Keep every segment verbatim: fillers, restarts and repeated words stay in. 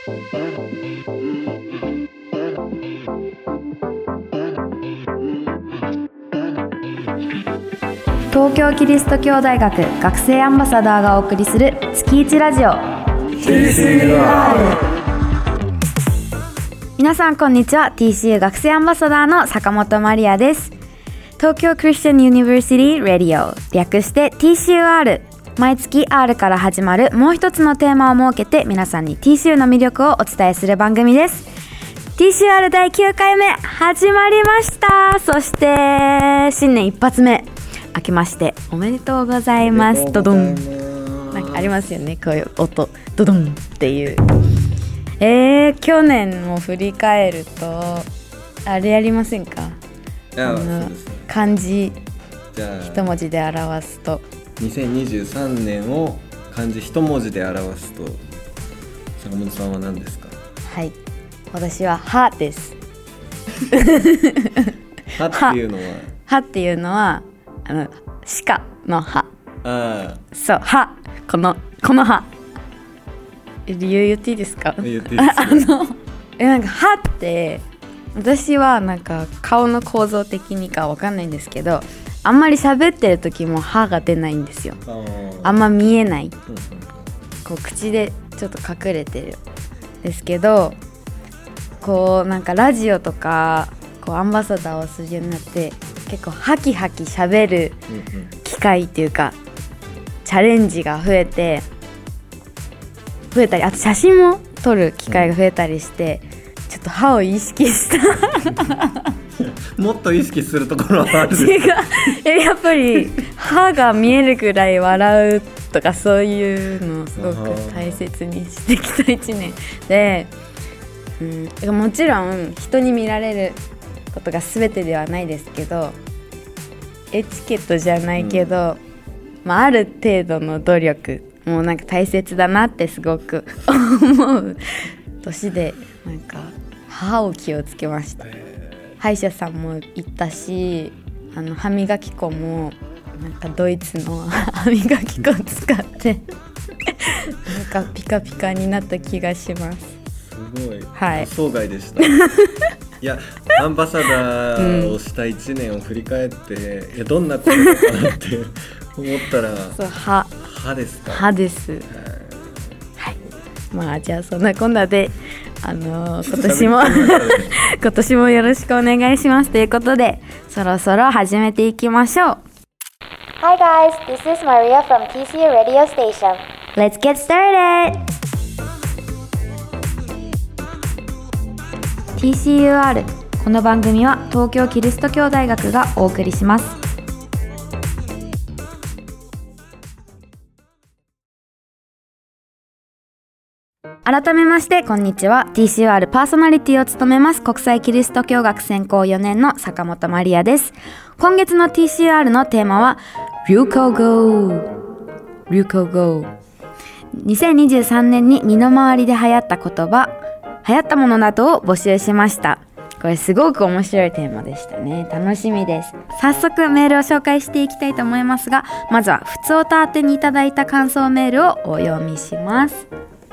東京キリスト教大学学生アンバサダーがお送りする月一ラジオ ティーシーユーアール。 皆さんこんにちは。 ティーシーユー 学生アンバサダーの坂本マリアです。東京クリスチャンユニバーシティラディオ、略して ティーシーユーアール。 毎月 R から始まるもう一つのテーマを設けて皆さんに ティーシーユー の魅力をお伝えする番組です。 ティーシーユーアール だいきゅうかいめ始まりました。そして新年一発目明けましておめでとうございます。ドドン、なんかありますよね、こういう音、ドドンっていう。えー、去年も振り返るとあれやりませんか？ ああ、 のそうですね。 漢字じゃあ一文字で表すと、 にせんにじゅうさんねんを漢字一文字で表すと坂本さんは何ですか？ はい、私ははです。 はっていうのははっていうのはあの鹿の歯。 あそう、歯、このこの歯。理由言っていいですか？ 言っていいですか？ あのえなんか歯って私はなんか顔の構造的にかわかんないんですけど、あんまり喋ってる時も歯が出ないんですよ。 ああんま見えない、 うんうん、 こう口でちょっと隠れてるですけど、こうなんかラジオとかこうアンバサダーをするようになって結構ハキハキ喋る機会っていうか、チャレンジが増えて増えたり、あと写真も撮る機会が増えたりして、うん、ちょっと歯を意識したもっと意識するところはあるんです違う、えやっぱり歯が見えるくらい笑うとかそういうのをすごく大切にしてきたいちねんで、うん、もちろん人に見られることが全てではないですけど、エチケットじゃないけど、うんまあ、ある程度の努力もうなんか大切だなってすごく思う年で、なんか歯を気をつけました。歯医者さんも行ったし、あの歯磨き粉もなんかドイツの歯磨き粉使ってなんかピカピカになった気がします。 すごい、 はい、 予想外でしたいや、アンバサダーをしたいちねんを振り返って、うん、いやどんなことかなって思ったらそう、歯歯ですか？ 歯です、はい、まあじゃあそんなこんなであのー、今年も今年もよろしくお願いしますということで、そろそろ始めていきましょう。 Hi guys, this is Maria from ティーシーユー Radio Station. Let's get started! ティーシーユーアール、 この番組は東京キリスト教大学がお送りします。改めましてこんにちは。 ティーシーユーアール パーソナリティを務めます国際キリスト教学専攻よねんの坂本マリアです。今月の ティーシーユーアール のテーマは流行語流行語にせんにじゅうさんねんに身の回りで流行った言葉、流行ったものなどを募集しました。これすごく面白いテーマでしたね。楽しみです。早速メールを紹介していきたいと思いますが、まずはふつおた宛てにいただいた感想メールをお読みします。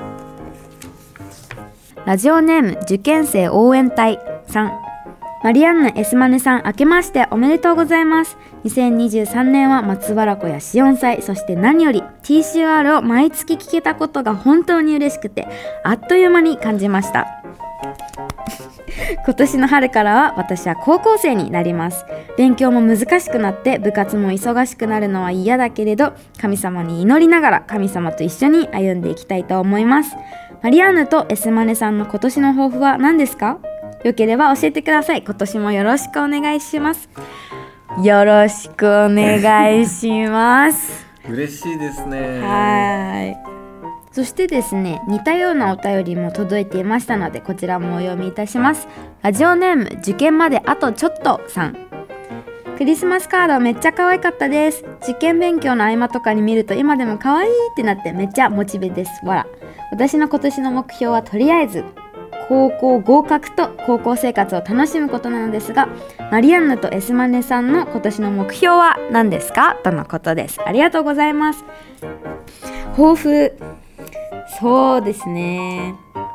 ラジオネーム受験生応援隊さん、マリアンヌ・エスマネさん、明けましておめでとうございます。にせんにじゅうさんねんは松原湖やシオン祭、そして何より ティーシーユーアール を毎月聞けたことが本当に嬉しくて、あっという間に感じました今年の春からは私は高校生になります。勉強も難しくなって部活も忙しくなるのは嫌だけれど、神様に祈りながら神様と一緒に歩んでいきたいと思います。マリアンヌとエスマネさんの今年の抱負は何ですか？よければ教えてください。今年もよろしくお願いします。よろしくお願いします嬉しいですね。 はい。そしてですね、似たようなお便りも届いていましたので、こちらもお読みいたします。ラジオネーム受験まであとちょっとさん、クリスマスカードめっちゃ可愛かったです。受験勉強の合間とかに見ると今でも可愛いってなってめっちゃモチベです。わら。私の今年の目標はとりあえず高校合格と高校生活を楽しむことなのですが、マリアンヌとエスマネさんの今年の目標は何ですかとのことです。ありがとうございます。抱負、そうですね、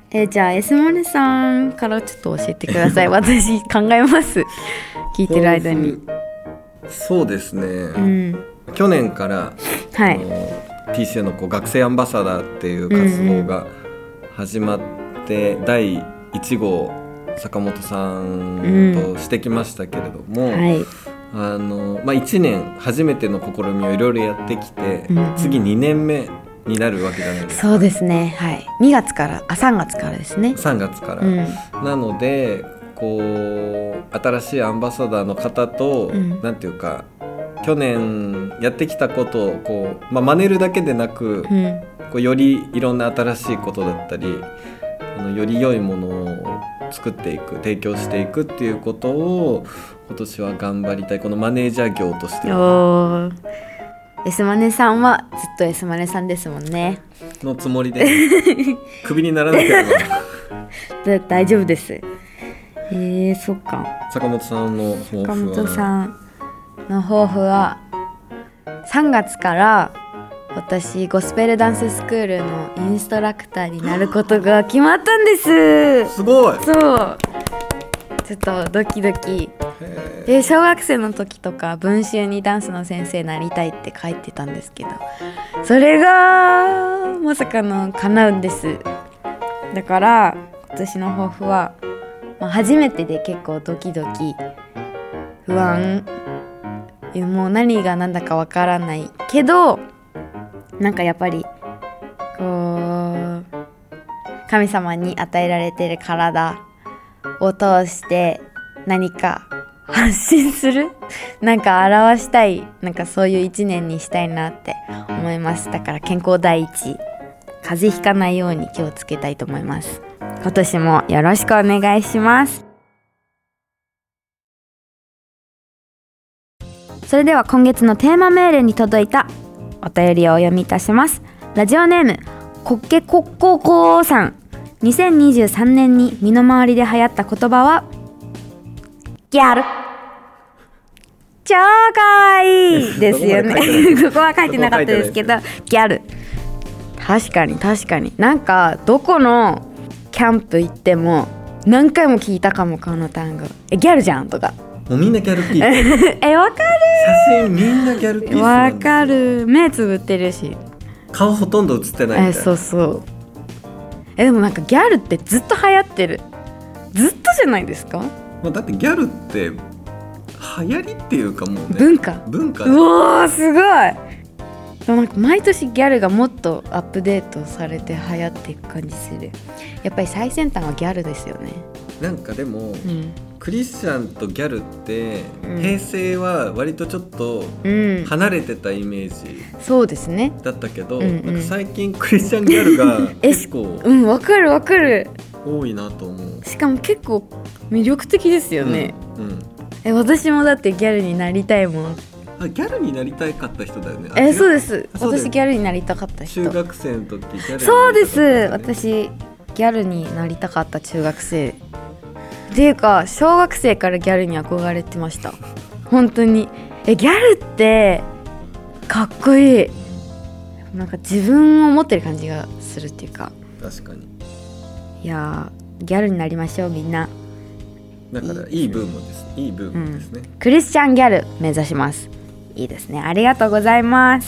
えー、じゃあ S マネさんからちょっと教えてください。私考えます聞いてる間に。 そうですね、 うん、 去年から、 はい、 あの ティーシーエー のこう学生アンバサダーっていう活動が始まって、うんうん、だいいち号坂本さんとしてきましたけれども、うん、はい、あのまあ、いちねん初めての試みをいろいろやってきて、うんうん、次にねんめになるわけじゃないですか。 そうですね、はい、にがつからあさんがつからですね。 さんがつから、うん、なのでこう新しいアンバサダーの方と、うん、なんていうか去年やってきたことをこう、まあ、真似るだけでなく、うん、こうよりいろんな新しいことだったりあのより良いものを作っていく提供していくっていうことを今年は頑張りたい。このマネージャー業としては S マネさんはずっと S マネさんですもんねのつもりでクビにならなければ大丈夫です。えー、そっか。 坂本さんの抱負は？ 坂本さんの抱負はさんがつから私ゴスペルダンススクールのインストラクターになることが決まったんです。 すごい。 そうちょっとドキドキで、小学生の時とか文集にダンスの先生になりたいって書いてたんですけど、それがまさかの叶うんです。だから今年の抱負は、まあ、初めてで結構ドキドキ不安、もう何が何だかわからないけど、なんかやっぱりこう神様に与えられている体を通して何か発信するなんか表したい、なんかそういう一年にしたいなって思います。だから健康第一、風邪ひかないように気をつけたいと思います。今年もよろしくお願いします。それでは今月のテーマメールに届いたお便りをお読みいたします。ラジオネームコッケコッコーコーさん。にせんにじゅうさんねんに身の回りで流行った言葉はギャル。超かわいいですよねここは書いてなかったですけどギャル、確かに確かに、なんかどこのキャンプ行っても何回も聞いたかも、この単語。えギャルじゃんとか、 もうみんなギャルピースえわかる、 写真みんなギャルピースわかる、目つぶってるし顔ほとんど映ってないみたいな。 えそうそう。えでもなんかギャルってずっと流行ってる、ずっとじゃないですか。 まあ、だってギャルって流行りっていうかもうね文化文化うおーすごい。でもなんか毎年ギャルがもっとアップデートされて流行っていく感じする。やっぱり最先端はギャルですよね。 なんかでも、うん、クリスチャンとギャルって、うん、平成は割とちょっと離れてたイメージ、 うん、そうですねだったけど、うんうん、なんか最近クリスチャンギャルが結構うんわかるわかる多いなと思う。 しかも結構魅力的ですよね、 うんうん、 え私もだってギャルになりたいもん。 あギャルになりたかった人だよね。 えそうです、私ギャルになりたかった人。 中学生の時ギャルになりたかった、ね、 そうです、私ギャルになりたかった中学生っていうか小学生からギャルに憧れてました本当に。えギャルってかっこいい、なんか自分を持ってる感じがするっていうか。 確かに。 いやギャルになりましょうみんな。 だからいいブームです。いいブームですね、うん、 クリスチャンギャル目指します。いいですね、ありがとうございます。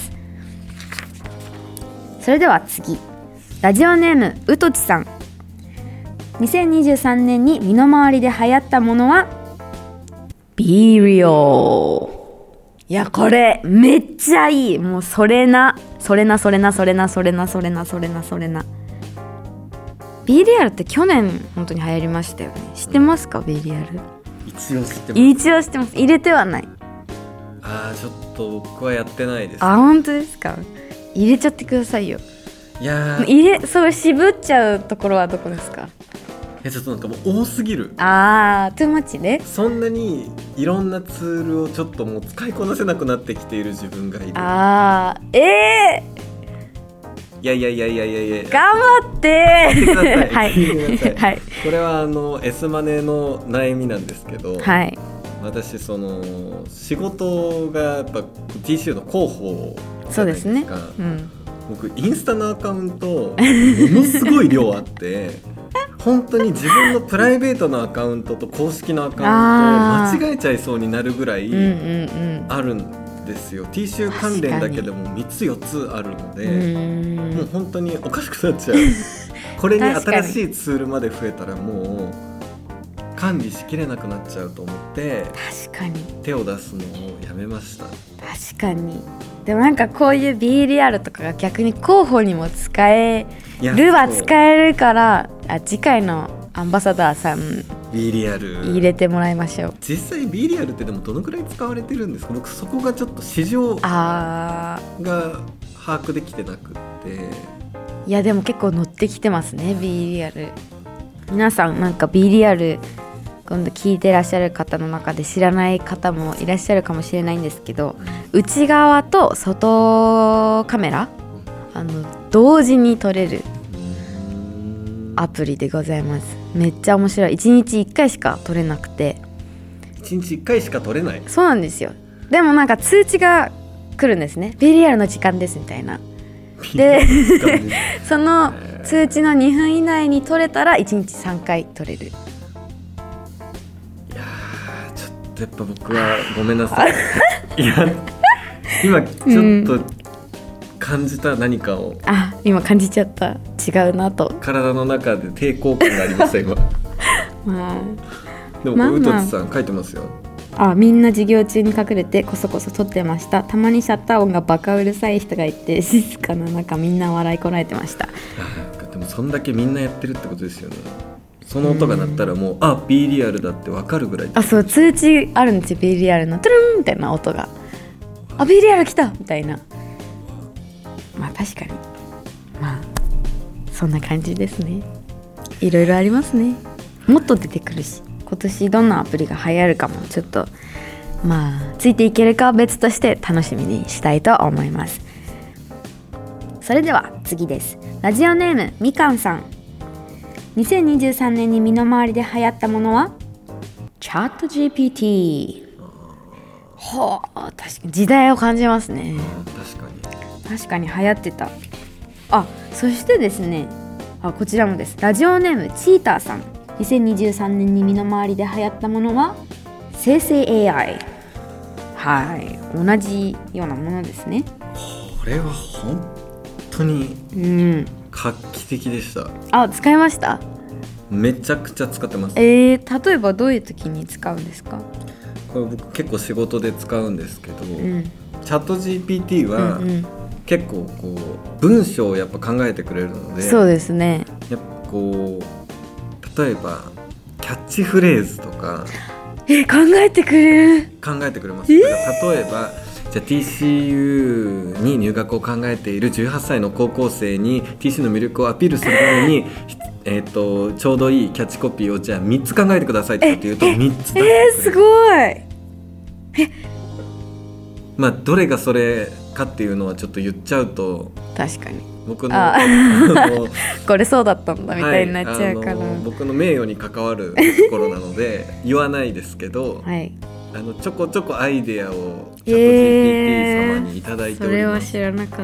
それでは次、ラジオネームうとちさん。にせんにじゅうさんねんに身の回りで流行ったものはビリオ。いやこれめっちゃいい。もうそれなそれなそれなそれなそれなそれなそれなそれな。ビリアルって去年本当に流行りましたよね。知ってますかビリアル。 一応知ってます。 一応知ってます。入れてはない。 あーちょっと僕はやってないです。 あ本当ですか。入れちゃってくださいよ。 いや入れそう渋っちゃうところはどこですか。 えちょっとなんかもう多すぎる。 あートゥーマッチね。 そんなにいろんなツールをちょっともう使いこなせなくなってきている自分がいる。 あーえーいやいやいやいやいやいや頑張ってくださいはい、はい、 これはあの S マネの悩みなんですけど、 はい、 私その仕事がやっぱ ティーシーユー の広報じゃないですか。 そうですね、うん、 僕インスタのアカウントものすごい量あって本当に自分のプライベートのアカウントと公式のアカウントを間違えちゃいそうになるぐらいあるんですよ。 T シュー関連だけでもみっつよっつあるので、もう本当におかしくなっちゃうこれに新しいツールまで増えたらもう管理しきれなくなっちゃうと思って確かに手を出すのをやめました。 確かに。でもなんかこういう ビーリーアール とかが逆に候補にも使えるは使えるから、あ次回のアンバサダーさんビーリーアール入れてもらいましょう。 実際 ビーリーアール ってでもどのくらい使われてるんですか？僕そこがちょっと市場が把握できてなくって。 いやでも結構乗ってきてますね ビーリーアール。皆さんなんか ビーリーアール 今度聞いてらっしゃる方の中で知らない方もいらっしゃるかもしれないんですけど、内側と外カメラあの同時に撮れるアプリでございます。めっちゃ面白い。いちにちいっかいしか撮れなくて。 いちにちいっかいしか撮れない？ そうなんですよ。でもなんか通知が来るんですね。 ビーリーアール の時間ですみたいな。でその通知のにふん以内に撮れたらいちにちさんかい撮れる。いやちょっとやっぱ僕はごめんなさいいや今ちょっと感じた何かを、 うん、あ今感じちゃった。違うなと体の中で抵抗感がありました今まあでもこれうとつさん書いてますよ。 あみんな授業中に隠れてこそこそ撮ってました。たまにシャッター音がバカうるさい人がいて静かな中みんな笑いこらえてました。 でもそんだけみんなやってるってことですよね。その音が鳴ったらもう、うん、あ ビーリーアール だって分かるぐらい。 あそう通知あるんですよ ビーリーアール のトゥルンみたいな音が。あ ビーリーアール 来たみたいな。まあ確かにまあそんな感じですね。いろいろありますね。もっと出てくるし今年どんなアプリが流行るかもちょっとまあついていけるかは別として楽しみにしたいと思います。それでは次です。ラジオネームみかんさん。にせんにじゅうさんねんに身の回りで流行ったものはチャット ジーピーティー。 はあ確かに時代を感じますね。 確かに確かに流行ってた。あそしてですねあこちらもです。ラジオネームチーターさん。にせんにじゅうさんねんに身の回りで流行ったものは生成 エーアイ。 はい同じようなものですね。 これは本当に画期的でした、うん、 あ使いました？ めちゃくちゃ使ってます。 えー、例えばどういう時に使うんですか？ これ僕結構仕事で使うんですけど、うん、チャット ジーピーティー は、うんうん、結構こう文章をやっぱ考えてくれるので。 そうですね。 やっぱこう例えばキャッチフレーズとかえ考えてくれる考えてくれます、えー、例えばじゃあ ティーシーユー に入学を考えているじゅうはっさいの高校生に ティーシー の魅力をアピールするために、えー、とちょうどいいキャッチコピーをじゃあみっつ考えてくださいって言うとみっつだ。 えー、すごい。えまあどれがそれかっていうのはちょっと言っちゃうと確かに僕のこれそうだったんだみたいになっちゃうから、はい、 僕の名誉に関わるところなので言わないですけど、はい、あのちょこちょこアイデアをチャット ジーピーティー 様にいただいております、 えー、それは知らなかった。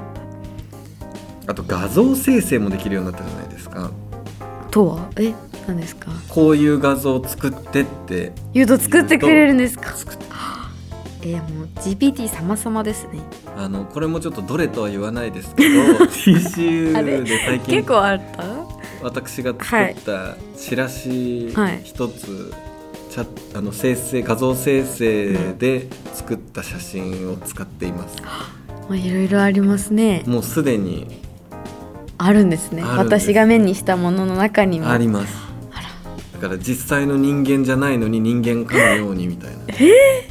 あと画像生成もできるようになったじゃないですか。 とはえ何ですか？ こういう画像を作ってって言うと作ってくれるんですか？作ってえー、もう ジーピーティー 様々ですね。 あのこれもちょっとどれとは言わないですけどティーシーユー で最近結構あった私が作ったチラシ一つ、はい、あの生成画像生成で作った写真を使っています、 うん、いろいろありますね。 もうすでにあるんですね。私が目にしたものの中にもあります。あらだから実際の人間じゃないのに人間かのようにみたいな。 えー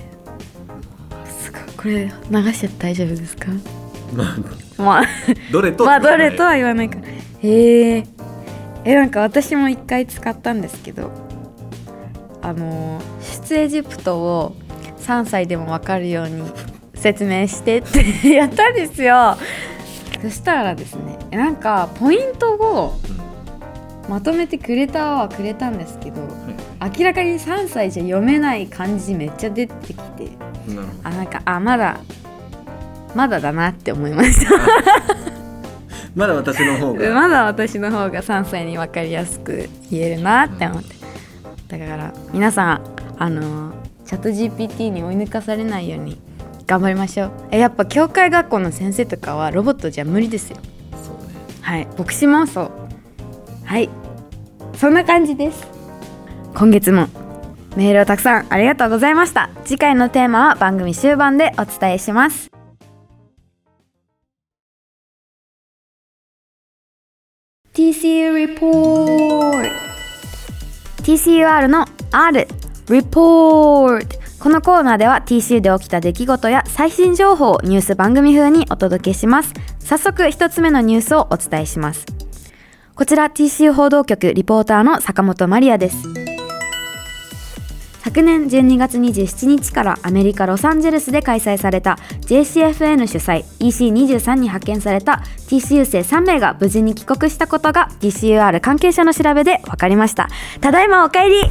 これ流しちゃって大丈夫ですか？ まあ、 まあ、 どれとまあどれとは言わないから。えー、えなんか私も一回使ったんですけど、あの出エジプトをさんさいでも分かるように説明してってやったんですよ。そしたらですね、なんかポイントをまとめてくれたはくれたんですけど、明らかにさんさいじゃ読めない漢字めっちゃ出てきて、あなんかあまだまだだなって思いましたまだ私の方がまだ私の方がさんさいに分かりやすく言えるなって思って、だから皆さんあのチャット ジーピーティー に追い抜かされないように頑張りましょう。えやっぱ教会学校の先生とかはロボットじゃ無理ですよ。 そうね。 はい、牧師もそう。はい、そんな感じです。今月もメールをたくさんありがとうございました。次回のテーマは番組終盤でお伝えします。ティーシーユー Report ティーシーユーアール の R Report。 このコーナーでは ティーシーユー で起きた出来事や最新情報をニュース番組風にお届けします。早速一つ目のニュースをお伝えします。こちら ティーシーユー 報道局リポーターの坂本マリアです。昨年じゅうにがつにじゅうしちにちからアメリカ・ロサンゼルスで開催された ジェーシーエフエヌ 主催 イーシーにじゅうさん に派遣された ティーシーユー 生さんめいが無事に帰国したことが ティーシーユーアール 関係者の調べで分かりました。ただいまお帰り。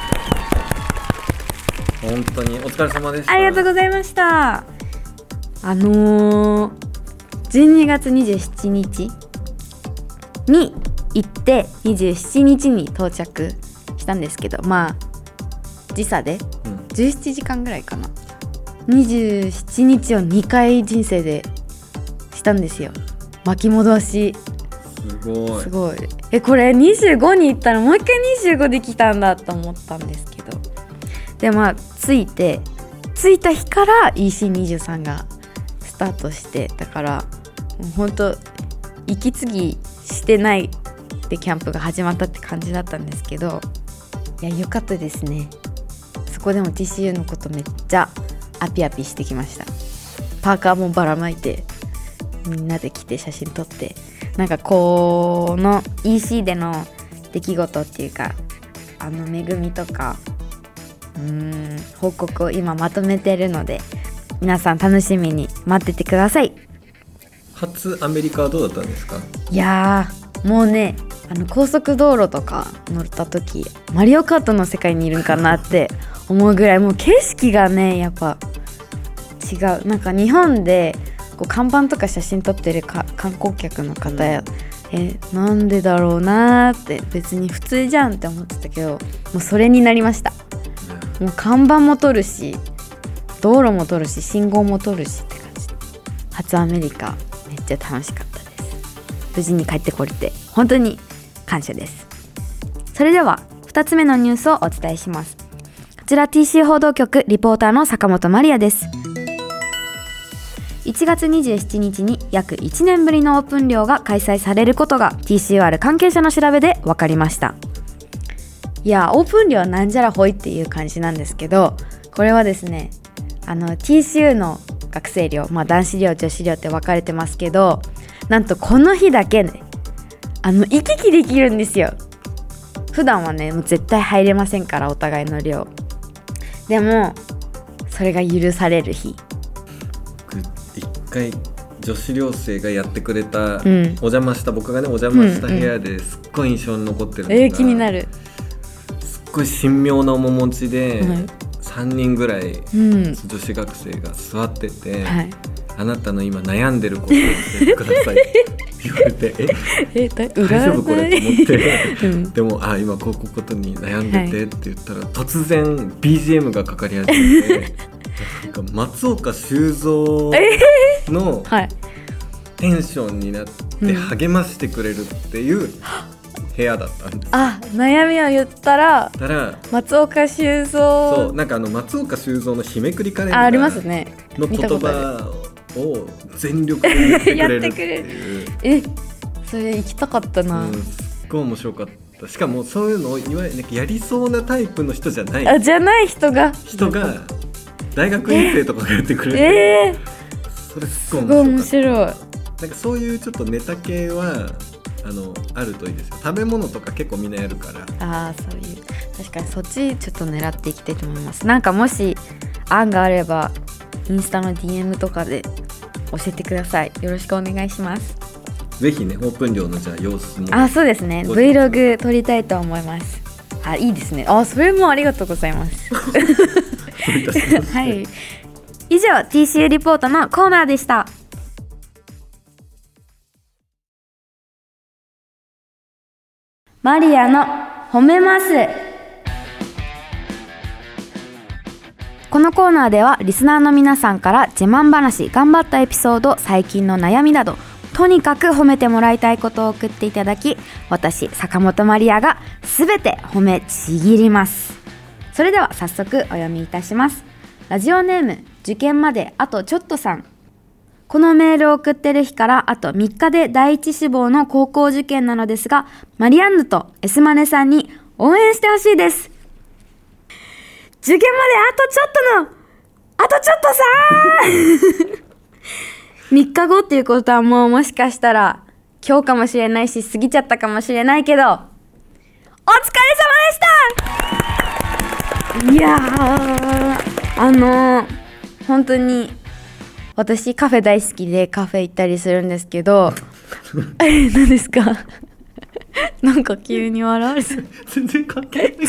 本当にお疲れ様でした。 ありがとうございました。あのー、じゅうにがつにじゅうしちにちに行ってにじゅうしちにちに到着したんですけど、まあ時差でじゅうななじかんぐらいかな、にじゅうしちにちをにかい人生でしたんですよ。巻き戻しすごいすごい。えこれにじゅうごに行ったらもう一回にじゅうごできたんだと思ったんですけど、でまあ着いて着いた日から イーシーにじゅうさん がスタートして、だからもうほんと息継ぎしてないでキャンプが始まったって感じだったんですけど、いや良かったですね。そこでも ティーシーユー のことめっちゃアピアピしてきました。パーカーもばらまいてみんなで来て写真撮って、なんかこの イーシー での出来事っていうかあの恵みとかうーん報告を今まとめてるので皆さん楽しみに待っててください。 初アメリカはどうだったんですか？ いやーもうねあの高速道路とか乗った時マリオカートの世界にいるんかなって思うぐらいもう景色がねやっぱ違う。なんか日本でこう看板とか写真撮ってるか観光客の方や、うん、えなんでだろうなって別に普通じゃんって思ってたけどもうそれになりました。もう看板も撮るし道路も撮るし信号も撮るしって感じ。初アメリカめっちゃ楽しかったです。無事に帰ってこれて本当に感謝です。それではふたつめのニュースをお伝えします。こちら ティーシー 報道局リポーターの坂本マリアです。いちがつにじゅうしちにちに約いちねんぶりのオープン漁が開催されることが ティーシーユーアール 関係者の調べで分かりました。いやオープン漁はなんじゃらほいっていう感じなんですけど、これはですねあの ティーシーユー の学生寮、まあ、男子寮女子寮って分かれてますけど、なんとこの日だけねあの行き来できるんですよ。普段はねもう絶対入れませんからお互いの寮でもそれが許される日。 一回女子寮生がやってくれた、うん、お邪魔した僕がねお邪魔した部屋ですっごい印象に残ってるのが、 えー、気になる。 すっごい神妙な面持ちで、うん、さんにんぐらい、うん、女子学生が座ってて、はい、あなたの今悩んでることを教えてくださいって言われてええ大丈夫これと思って、うん、でもあ今こうこうことに悩んでてって言ったら、はい、突然 ビージーエム がかかり始めてなんか松岡修造のテンションになって励ましてくれるっていう部屋だったんです。 あ、悩みを言ったら松岡修造、 そうなんかあの松岡修造の日めくりカレンダーありますねの言葉を全力で言ってくれるっていうえ、それ行きたかったな、 うん、すっごい面白かった。しかもそういうのをいわゆるやりそうなタイプの人じゃないあじゃない人が人が大学院生とかがやってくれて、 えー、 それすっごい面白い。 なんかそういうちょっとネタ系はあのあるといいですよ。食べ物とか結構みんなやるから。 ああそういう確かにそっちちょっと狙っていきたいと思います。なんかもし案があればインスタの ディーエム とかで教えてください。よろしくお願いします。 ぜひねオープン漁のじゃあ様子もあそうですね Vlog 撮りたいと思います。あいいですね。あそれもありがとうございますはい以上 ティーシーユー リポートのコーナーでした。 マリアの褒めます。このコーナーではリスナーの皆さんから自慢話、頑張ったエピソード、最近の悩みなどとにかく褒めてもらいたいことを送っていただき、私坂本マリアがすべて褒めちぎります。それでは早速お読みいたします。ラジオネーム受験まであとちょっとさん。このメールを送ってる日からあとみっかで第一志望の高校受験なのですが、マリアンヌとエスマネさんに応援してほしいです。受験まであとちょっとのあとちょっとさみっかごっていうことはもうもしかしたら今日かもしれないし過ぎちゃったかもしれないけど、お疲れ様でした。いやー、あのー、本当に私カフェ大好きでカフェ行ったりするんですけどえ、何ですかなんか急に笑われて全然関係ない。違う違う、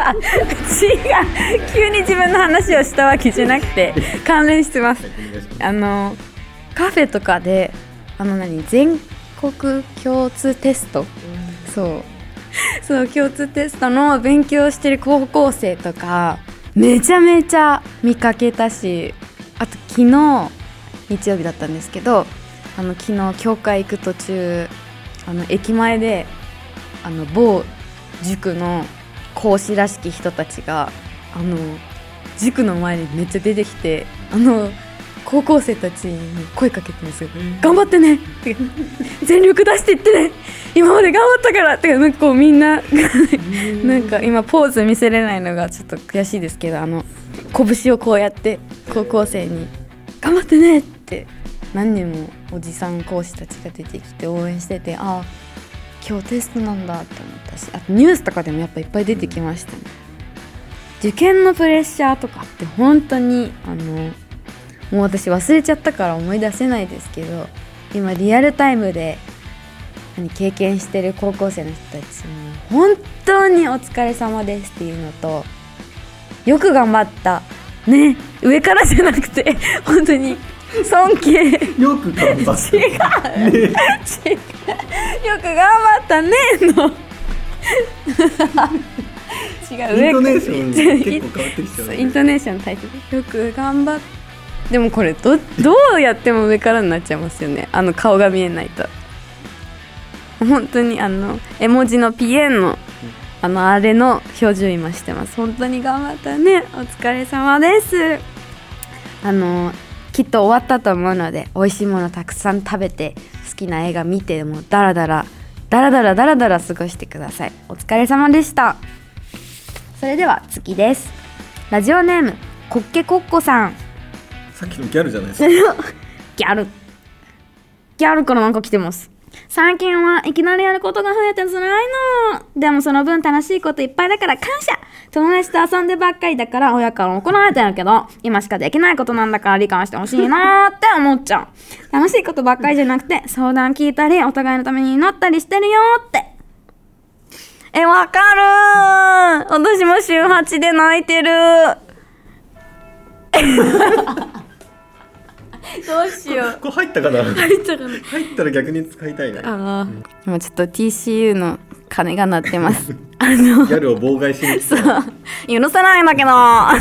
急に自分の話をしたわけじゃなくて関連してます。あのカフェとかであの何全国共通テスト、うん、そうそう共通テストの勉強してる高校生とかめちゃめちゃ見かけたし、あと昨日日曜日だったんですけど、あの昨日教会行く途中、あの駅前であの某塾の講師らしき人たちがあの塾の前にめっちゃ出てきて、あの高校生たちに声かけてるんですよ。頑張ってねって全力出していってね、今まで頑張ったからって、なんかこうみんななんか今ポーズ見せれないのがちょっと悔しいですけど、あの拳をこうやって高校生に頑張ってねって何人もおじさん講師たちが出てきて応援してて、ああ今日テストなんだって思ったし、あとニュースとかでもやっぱいっぱい出てきましたね。受験のプレッシャーとかって本当にあのもう私忘れちゃったから思い出せないですけど、今リアルタイムで経験してる高校生の人たちも本当にお疲れ様ですっていうのと、よく頑張ったね、上からじゃなくて本当に尊敬よく頑張った違う、ね、違うよく頑張ったねの違う、 イントネーション結構変わってきちゃう、ね、 イントネーション大切、よく頑張った。でもこれ ど, どうやっても上からになっちゃいますよね、あの顔が見えないと。本当にあの絵文字のピエンのあのあれの表情今してます。本当に頑張ったね、お疲れ様です。あのきっと終わったと思うので、美味しいものたくさん食べて好きな映画見て、もうダラダラダラダラダラダラ過ごしてください。お疲れ様でした。それでは次です。ラジオネームコッケコッコさん。 さっきのギャルじゃないですかギャルギャルからなんか来てます。最近はいきなりやることが増えて辛いの。でもその分楽しいこといっぱいだから感謝。友達と遊んでばっかりだから親から怒られてるけど、今しかできないことなんだから理解してほしいなって思っちゃう。楽しいことばっかりじゃなくて相談聞いたりお互いのために祈ったりしてるよって。え、わかるー。私も週はちで泣いてるどうしよう。 ここ入ったかな。 入ったかな。 入ったら逆に使いたいな。 ああ、今ちょっと ティーシーユー の鐘が鳴ってます。あのギャルを妨害しに来た。 そう、許せないんだけど。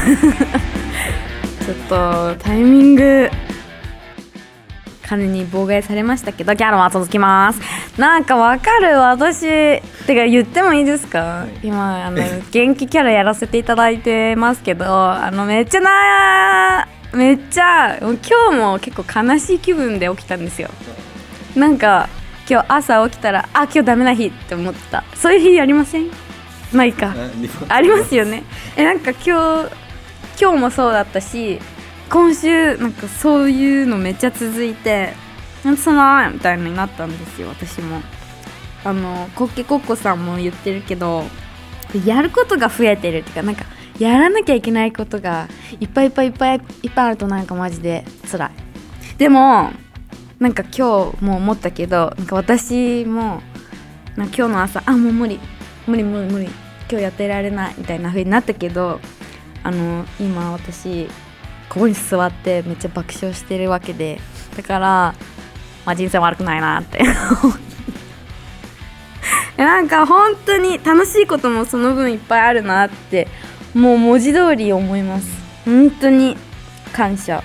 ちょっとタイミング鐘に妨害されましたけど、ギャルは続きます。なんかわかる、私てか言ってもいいですか、はい、今あの元気キャラやらせていただいてますけど、あのめっちゃなめっちゃ今日も結構悲しい気分で起きたんですよ。なんか今日朝起きたら、あ、今日ダメな日って思った。そういう日ありません？まあいいか、ありますよね。え、なんか今日今日もそうだったし、今週なんかそういうのめっちゃ続いて、なんそなみたいになったんですよ。私もあのコッケコッコさんも言ってるけど、やることが増えてるっていうか、なんかやらなきゃいけないことがいっぱいいっぱいいっぱいいっぱいあると、なんかマジで辛い。でもなんか今日も思ったけど、なんか私もなんか今日の朝、あ、もう無理無理無理無理今日やってられないみたいな風になったけど、あの今私ここに座ってめっちゃ爆笑してるわけで、だから、まあ、人生悪くないなってなんか本当に楽しいこともその分いっぱいあるなってもう文字通り思います。本当に感謝。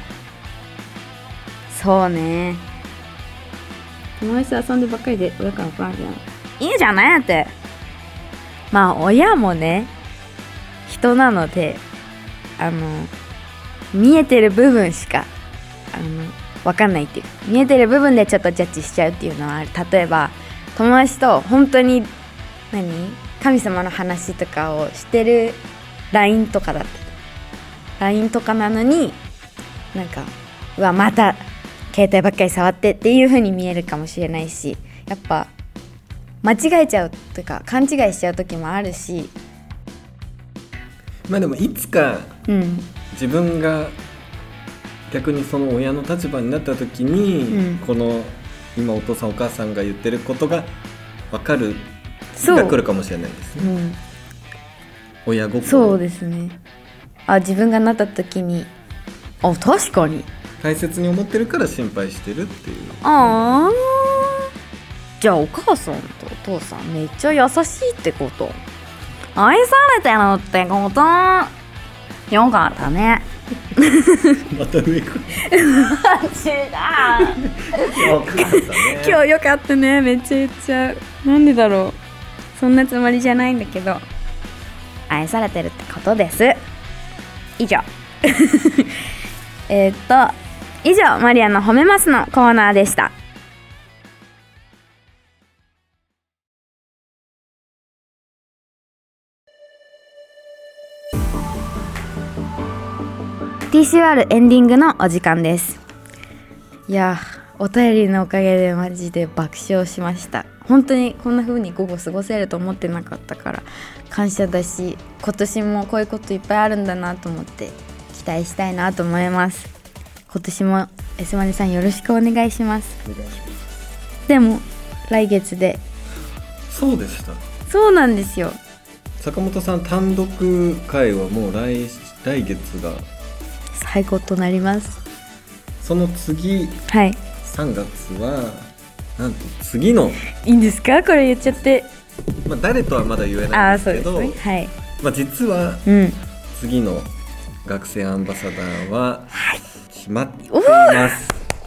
そうね、友達と遊んでばっかりで親から怒られてないいいじゃないって。まあ親もね人なので、あの見えてる部分しかあの分かんないっていう、見えてる部分でちょっとジャッジしちゃうっていうのはある。例えば友達と本当に何神様の話とかをしてる ライン とかだった ライン とかなのになんかうわまた携帯ばっかり触ってっていう風に見えるかもしれないし、やっぱ間違えちゃうとか勘違いしちゃう時もあるし、 まあでもいつかうん自分が逆にその親の立場になった時に、うん、この今お父さんお母さんが言ってることが分かる日が来るかもしれないですね、うん、親心。 そうですね。あ、自分がなった時にあ確かに大切に思ってるから心配してるっていう。 ああ、じゃあお母さんとお父さんめっちゃ優しいってこと、愛されてるってことよかったねまた上か違うよかったね今日よかったねめっちゃ言っちゃう。なんでだろう、そんなつもりじゃないんだけど愛されてるってことです。以上えっと以上マリアの褒めますのコーナーでした。ティーシーアール エンディングのお時間です。いやお便りのおかげでマジで爆笑しました。本当にこんな風に午後過ごせると思ってなかったから感謝だし、今年もこういうこといっぱいあるんだなと思って期待したいなと思います。今年もエスマネさんよろしくお願いします。 お願いします。 でも来月で。 そうでした。 そうなんですよ。 坂本さん単独会はもう 来, 来月が最後となります。 その次、 はい、 さんがつはなんと次のいいんですかこれ言っちゃって。 まあ、誰とはまだ言えないんですけど、 あ、そうですね、はい、 まあ、実は次の学生アンバサダーは決まっています、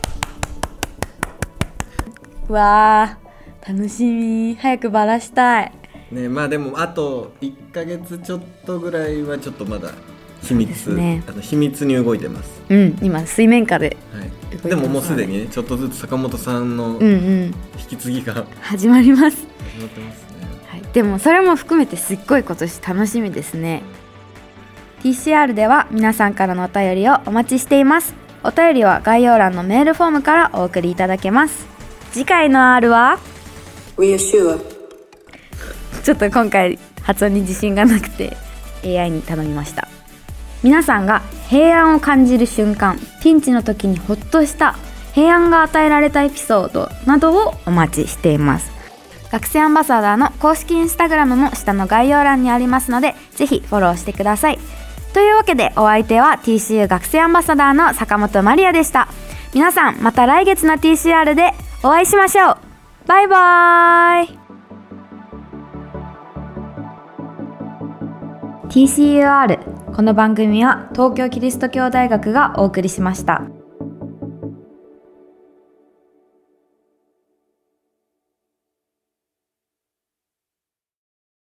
うん、わー楽しみ、早くバラしたいね。まあでもあといっかげつちょっとぐらいはちょっとまだ秘密、ね、あの秘密に動いてます。 うん、今水面下で、 はい、でももうすでにねちょっとずつ坂本さんの引き継ぎが、うんうん、 始まります。 始まってますね、 はい、でもそれも含めてすっごい今年楽しみですね。 ティーシーアール では皆さんからのお便りをお待ちしています。お便りは概要欄のメールフォームからお送りいただけます。次回の R は Reassure。 ちょっと今回発音に自信がなくて エーアイ に頼みました。皆さんが平安を感じる瞬間、ピンチの時にほっとした平安が与えられたエピソードなどをお待ちしています。学生アンバサダーの公式インスタグラムも下の概要欄にありますのでぜひフォローしてください。というわけでお相手は ティーシーユー 学生アンバサダーの坂本まりやでした。皆さんまた来月の ティーシーアール でお会いしましょう。バイバーイ。 ティーシーユーアール、この番組は東京キリスト教大学がお送りしました。